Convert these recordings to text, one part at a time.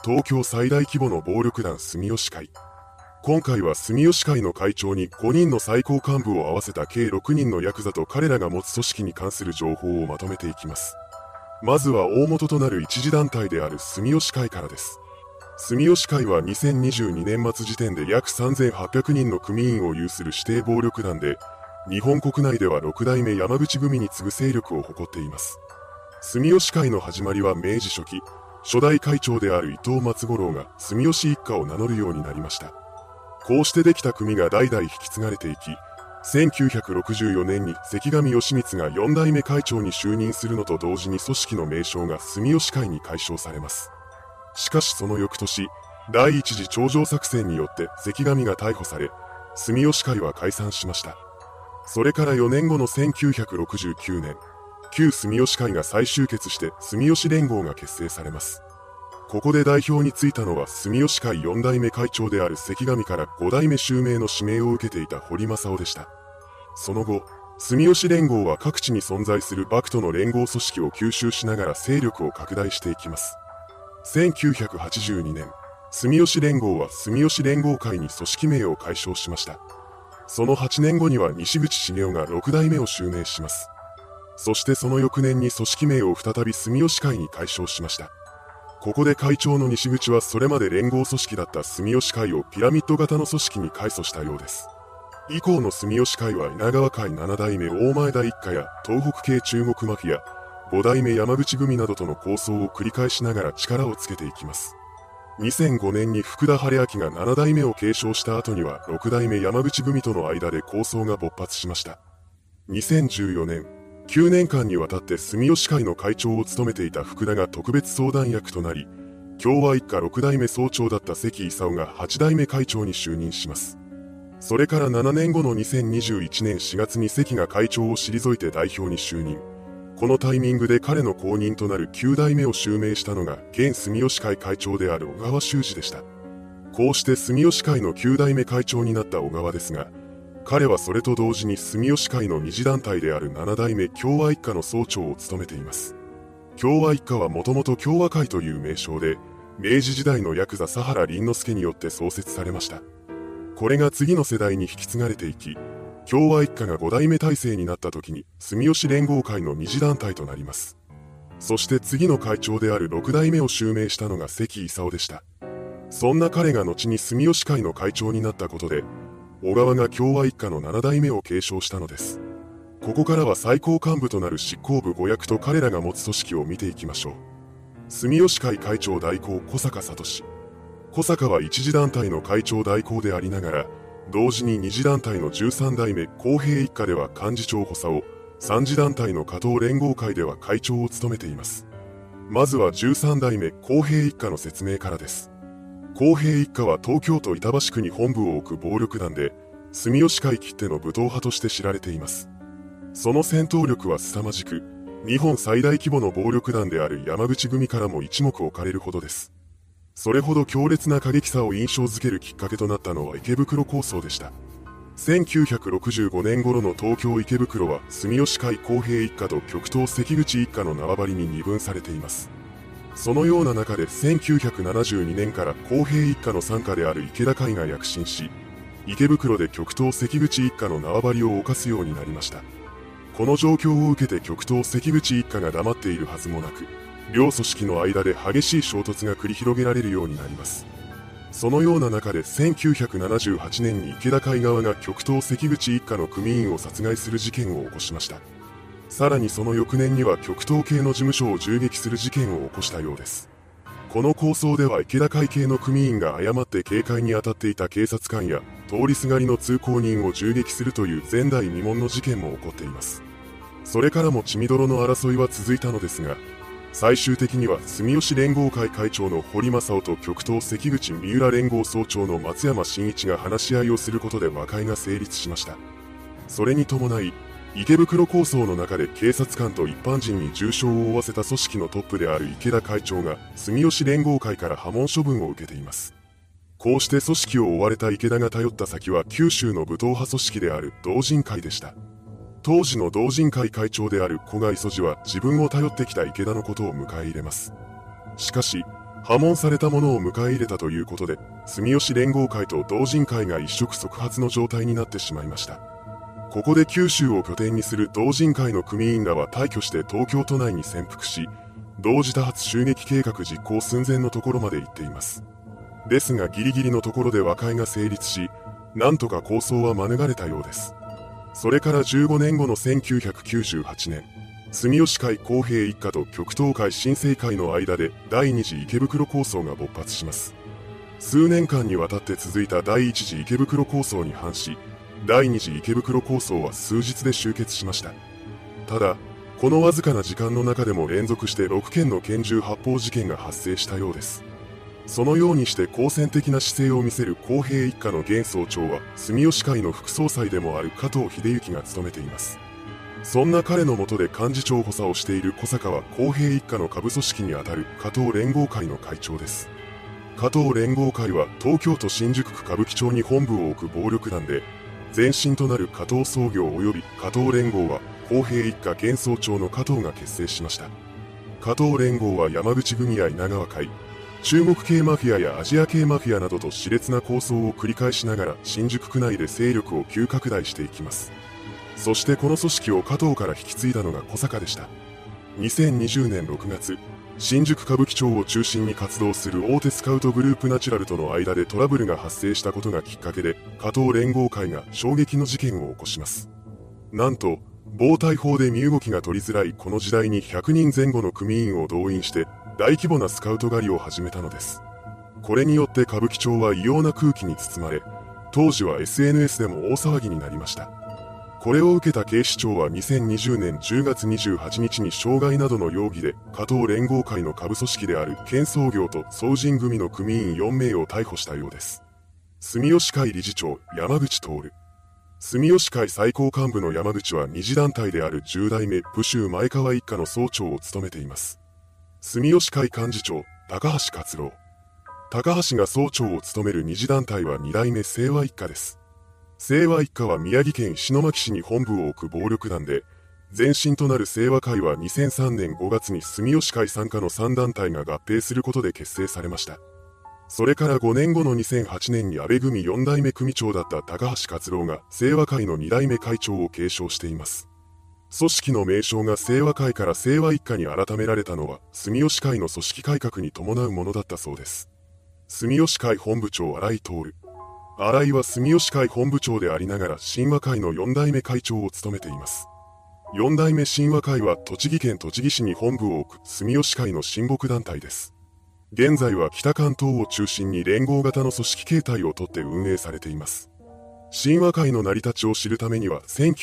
東京最大規模の暴力団住吉会。今回は住吉会の会長に5人の最高幹部を合わせた計6人のヤクザと彼らが持つ組織に関する情報をまとめていきます。まずは大元となる一次団体である住吉会からです。住吉会は2022年末時点で約3800人の組員を有する指定暴力団で、日本国内では6代目山口組に次ぐ勢力を誇っています。住吉会の始まりは明治初期、初代会長である伊藤松五郎が住吉一家を名乗るようになりました。こうしてできた組が代々引き継がれていき、1964年に関上義光が4代目会長に就任するのと同時に組織の名称が住吉会に改称されます。しかしその翌年、第一次頂上作戦によって関上が逮捕され、住吉会は解散しました。それから4年後の1969年、旧住吉会が再集結して住吉連合が結成されます。ここで代表に就いたのは住吉会4代目会長である関上から5代目襲名の指名を受けていた堀正夫でした。その後、住吉連合は各地に存在する幕徒の連合組織を吸収しながら勢力を拡大していきます。1982年、住吉連合は住吉連合会に組織名を改称しました。その8年後には西口茂雄が6代目を襲名します。そしてその翌年に組織名を再び住吉会に改称しました。ここで会長の西口はそれまで連合組織だった住吉会をピラミッド型の組織に改組したようです。以降の住吉会は稲川会7代目大前田一家や東北系中国マフィア、5代目山口組などとの抗争を繰り返しながら力をつけていきます。2005年に福田晴明が7代目を継承した後には6代目山口組との間で抗争が勃発しました。2014年、9年間にわたって住吉会の会長を務めていた福田が特別相談役となり、共和一家6代目総長だった関勲が8代目会長に就任します。それから7年後の2021年4月に関が会長を退いて代表に就任。このタイミングで彼の後任となる9代目を襲名したのが現住吉会会長である小川修司でした。こうして住吉会の9代目会長になった小川ですが、彼はそれと同時に住吉会の二次団体である7代目共和一家の総長を務めています。共和一家はもともと共和会という名称で、明治時代のヤクザ佐原林之助によって創設されました。これが次の世代に引き継がれていき、共和一家が5代目体制になった時に住吉連合会の二次団体となります。そして次の会長である6代目を襲名したのが関勲でした。そんな彼が後に住吉会の会長になったことで、小川が共和一家の7代目を継承したのです。ここからは最高幹部となる執行部5役と彼らが持つ組織を見ていきましょう。住吉会会長代行小坂聡。小坂は一次団体の会長代行でありながら、同時に二次団体の13代目公平一家では幹事長補佐を、三次団体の加藤連合会では会長を務めています。まずは13代目公平一家の説明からです。公平一家は東京都板橋区に本部を置く暴力団で、住吉会きっての武闘派として知られています。その戦闘力は凄まじく、日本最大規模の暴力団である山口組からも一目置かれるほどです。それほど強烈な過激さを印象づけるきっかけとなったのは池袋抗争でした。1965年頃の東京池袋は住吉会公平一家と極東関口一家の縄張りに二分されています。そのような中で1972年から公平一家の傘下である池田会が躍進し、池袋で極東関口一家の縄張りを侵すようになりました。この状況を受けて極東関口一家が黙っているはずもなく、両組織の間で激しい衝突が繰り広げられるようになります。そのような中で1978年に池田会側が極東関口一家の組員を殺害する事件を起こしました。さらにその翌年には極東系の事務所を銃撃する事件を起こしたようです。この抗争では池田会系の組員が誤って警戒に当たっていた警察官や通りすがりの通行人を銃撃するという前代未聞の事件も起こっています。それからも血みどろの争いは続いたのですが、最終的には住吉連合会会長の堀正夫と極東関口三浦連合総長の松山真一が話し合いをすることで和解が成立しました。それに伴い、池袋抗争の中で警察官と一般人に重傷を負わせた組織のトップである池田会長が住吉連合会から破門処分を受けています。こうして組織を追われた池田が頼った先は九州の武闘派組織である同人会でした。当時の同人会会長である古賀磯路は自分を頼ってきた池田のことを迎え入れます。しかし、 破門された者を迎え入れたということで、住吉連合会と同人会が一触即発の状態になってしまいました。ここで九州を拠点にする同人会の組員らは大挙して東京都内に潜伏し、同時多発襲撃計画実行寸前のところまで行っています。ですがギリギリのところで和解が成立し、なんとか抗争は免れたようです。それから15年後の1998年、住吉会公平一家と極東会新生会の間で第二次池袋抗争が勃発します。数年間にわたって続いた第一次池袋抗争に反し、第二次池袋抗争は数日で終結しました。ただ、このわずかな時間の中でも連続して6件の拳銃発砲事件が発生したようです。そのようにして好戦的な姿勢を見せる公平一家の現総長は住吉会の副総裁でもある加藤秀幸が務めています。そんな彼の下で幹事長補佐をしている小坂は公平一家の下部組織にあたる加藤連合会の会長です。加藤連合会は東京都新宿区歌舞伎町に本部を置く暴力団で、前身となる加藤総業及び加藤連合は公平一家現総長の加藤が結成しました。加藤連合は山口組や稲川会、中国系マフィアやアジア系マフィアなどと熾烈な抗争を繰り返しながら新宿区内で勢力を急拡大していきます。そしてこの組織を加藤から引き継いだのが小坂でした。2020年6月、新宿歌舞伎町を中心に活動する大手スカウトグループナチュラルとの間でトラブルが発生したことがきっかけで、加藤連合会が衝撃の事件を起こします。なんと、暴対法で身動きが取りづらいこの時代に100人前後の組員を動員して大規模なスカウト狩りを始めたのです。これによって歌舞伎町は異様な空気に包まれ、当時は SNS でも大騒ぎになりました。これを受けた警視庁は2020年10月28日に傷害などの容疑で加藤連合会の下部組織である県総業と総人組の組員4名を逮捕したようです。住吉会理事長山口徹。住吉会最高幹部の山口は二次団体である10代目武州前川一家の総長を務めています。住吉会幹事長高橋勝郎。高橋が総長を務める二次団体は2代目清和一家です。清和一家は宮城県石巻市に本部を置く暴力団で、前身となる清和会は2003年5月に住吉会傘下の3団体が合併することで結成されました。それから5年後の2008年に安倍組4代目組長だった高橋勝郎が清和会の2代目会長を継承しています。組織の名称が清和会から清和一家に改められたのは住吉会の組織改革に伴うものだったそうです。住吉会本部長新井徹。新井は住吉会本部長でありながら神話会の4代目会長を務めています。4代目神話会は栃木県栃木市に本部を置く住吉会の親睦団体です。現在は北関東を中心に連合型の組織形態をとって運営されています。神話会の成り立ちを知るためには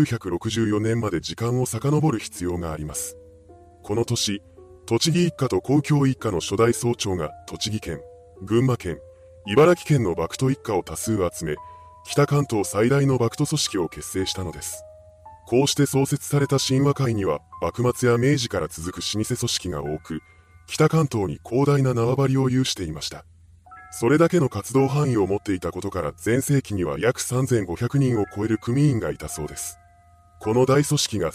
1964年まで時間を遡る必要があります。この年、栃木一家と公共一家の初代総長が栃木県、群馬県、茨城県の幕徒一家を多数集め、北関東最大の幕徒組織を結成したのです。こうして創設された神話会には、幕末や明治から続く老舗組織が多く、北関東に広大な縄張りを有していました。それだけの活動範囲を持っていたことから、全盛期には約3500人を超える組員がいたそうです。この大組織が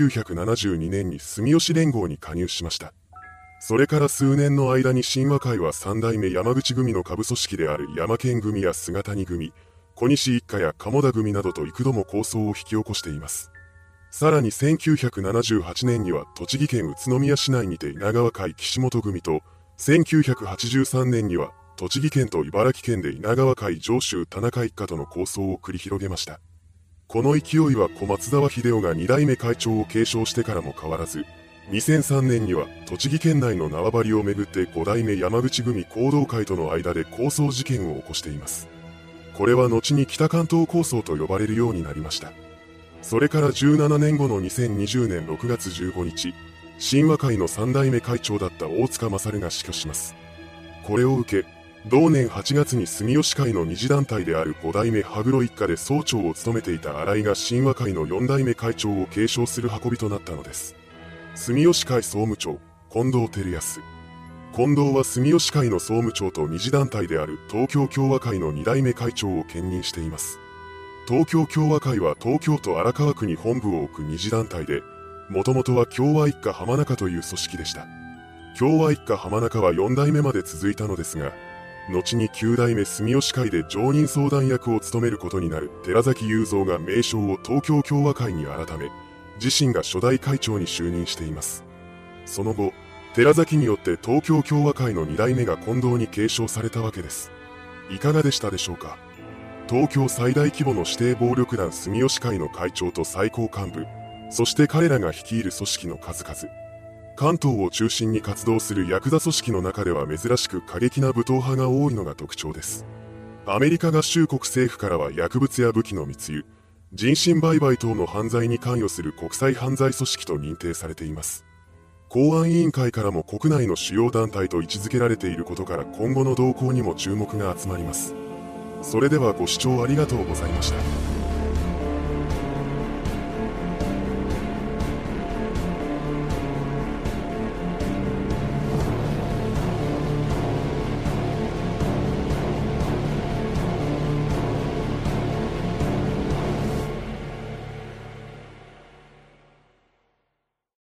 1972年に住吉連合に加入しました。それから数年の間に神話会は3代目山口組の下部組織である山県組や菅谷組、小西一家や鴨田組などと幾度も抗争を引き起こしています。さらに1978年には栃木県宇都宮市内にて稲川会岸本組と、1983年には栃木県と茨城県で稲川会上州田中一家との抗争を繰り広げました。この勢いは小松沢秀夫が2代目会長を継承してからも変わらず、2003年には栃木県内の縄張りをめぐって5代目山口組行動会との間で抗争事件を起こしています。これは後に北関東抗争と呼ばれるようになりました。それから17年後の2020年6月15日、神話会の3代目会長だった大塚勝が死去します。これを受け、同年8月に住吉会の二次団体である5代目羽黒一家で総長を務めていた新井が神話会の4代目会長を継承する運びとなったのです。住吉会総務長、近藤照康。近藤は住吉会の総務長と二次団体である東京共和会の2代目会長を兼任しています。東京共和会は東京都荒川区に本部を置く二次団体で、もともとは共和一家浜中という組織でした。 共和一家浜中は4代目まで続いたのですが、後に9代目住吉会で常任相談役を務めることになる寺崎雄三が名称を東京共和会に改め、自身が初代会長に就任しています。その後、寺崎によって東京共和会の2代目が近藤に継承されたわけです。いかがでしたでしょうか。東京最大規模の指定暴力団住吉会の会長と最高幹部、そして彼らが率いる組織の数々。関東を中心に活動するヤクザ組織の中では珍しく過激な武闘派が多いのが特徴です。アメリカ合衆国政府からは薬物や武器の密輸、人身売買等の犯罪に関与する国際犯罪組織と認定されています。公安委員会からも国内の主要団体と位置づけられていることから今後の動向にも注目が集まります。それではご視聴ありがとうございました。